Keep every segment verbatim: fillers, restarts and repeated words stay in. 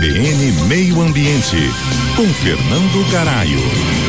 N Meio Ambiente, com Fernando Garaio.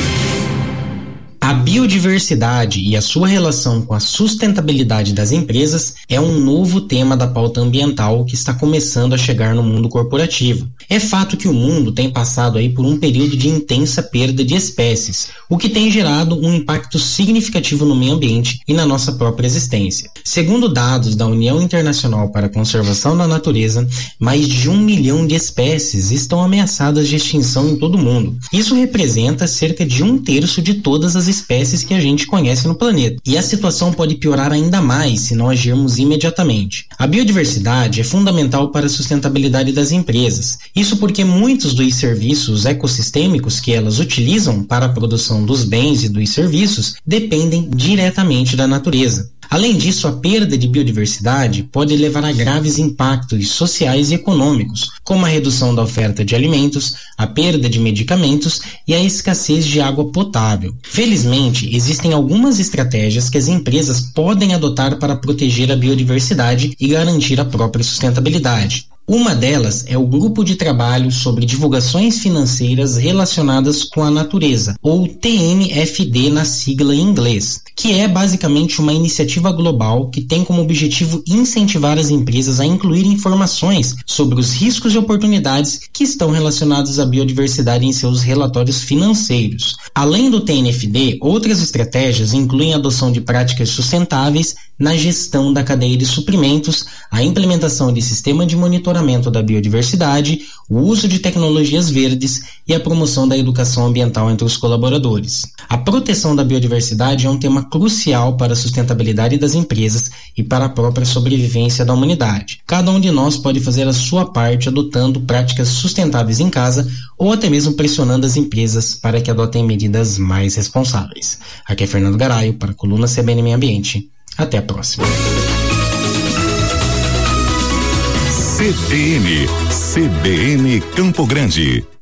A biodiversidade e a sua relação com a sustentabilidade das empresas é um novo tema da pauta ambiental que está começando a chegar no mundo corporativo. É fato que o mundo tem passado aí por um período de intensa perda de espécies, o que tem gerado um impacto significativo no meio ambiente e na nossa própria existência. Segundo dados da União Internacional para a Conservação da Natureza, mais de um milhão de espécies estão ameaçadas de extinção em todo o mundo. Isso representa cerca de um terço de todas as espécies que a gente conhece no planeta. E a situação pode piorar ainda mais se não agirmos imediatamente. A biodiversidade é fundamental para a sustentabilidade das empresas. Isso porque muitos dos serviços ecossistêmicos que elas utilizam para a produção dos bens e dos serviços dependem diretamente da natureza. Além disso, a perda de biodiversidade pode levar a graves impactos sociais e econômicos, como a redução da oferta de alimentos, a perda de medicamentos e a escassez de água potável. Felizmente, existem algumas estratégias que as empresas podem adotar para proteger a biodiversidade e garantir a própria sustentabilidade. Uma delas é o Grupo de Trabalho sobre Divulgações Financeiras Relacionadas com a Natureza, ou T N F D na sigla em inglês, que é basicamente uma iniciativa global que tem como objetivo incentivar as empresas a incluir informações sobre os riscos e oportunidades que estão relacionados à biodiversidade em seus relatórios financeiros. Além do T N F D, outras estratégias incluem a adoção de práticas sustentáveis na gestão da cadeia de suprimentos, a implementação de sistema de monitoramento da biodiversidade, o uso de tecnologias verdes e a promoção da educação ambiental entre os colaboradores. A proteção da biodiversidade é um tema crucial para a sustentabilidade das empresas e para a própria sobrevivência da humanidade. Cada um de nós pode fazer a sua parte adotando práticas sustentáveis em casa ou até mesmo pressionando as empresas para que adotem medidas mais responsáveis. Aqui é Fernando Garaio para a coluna C B N Meio Ambiente. Até a próxima. C B N, C B N Campo Grande.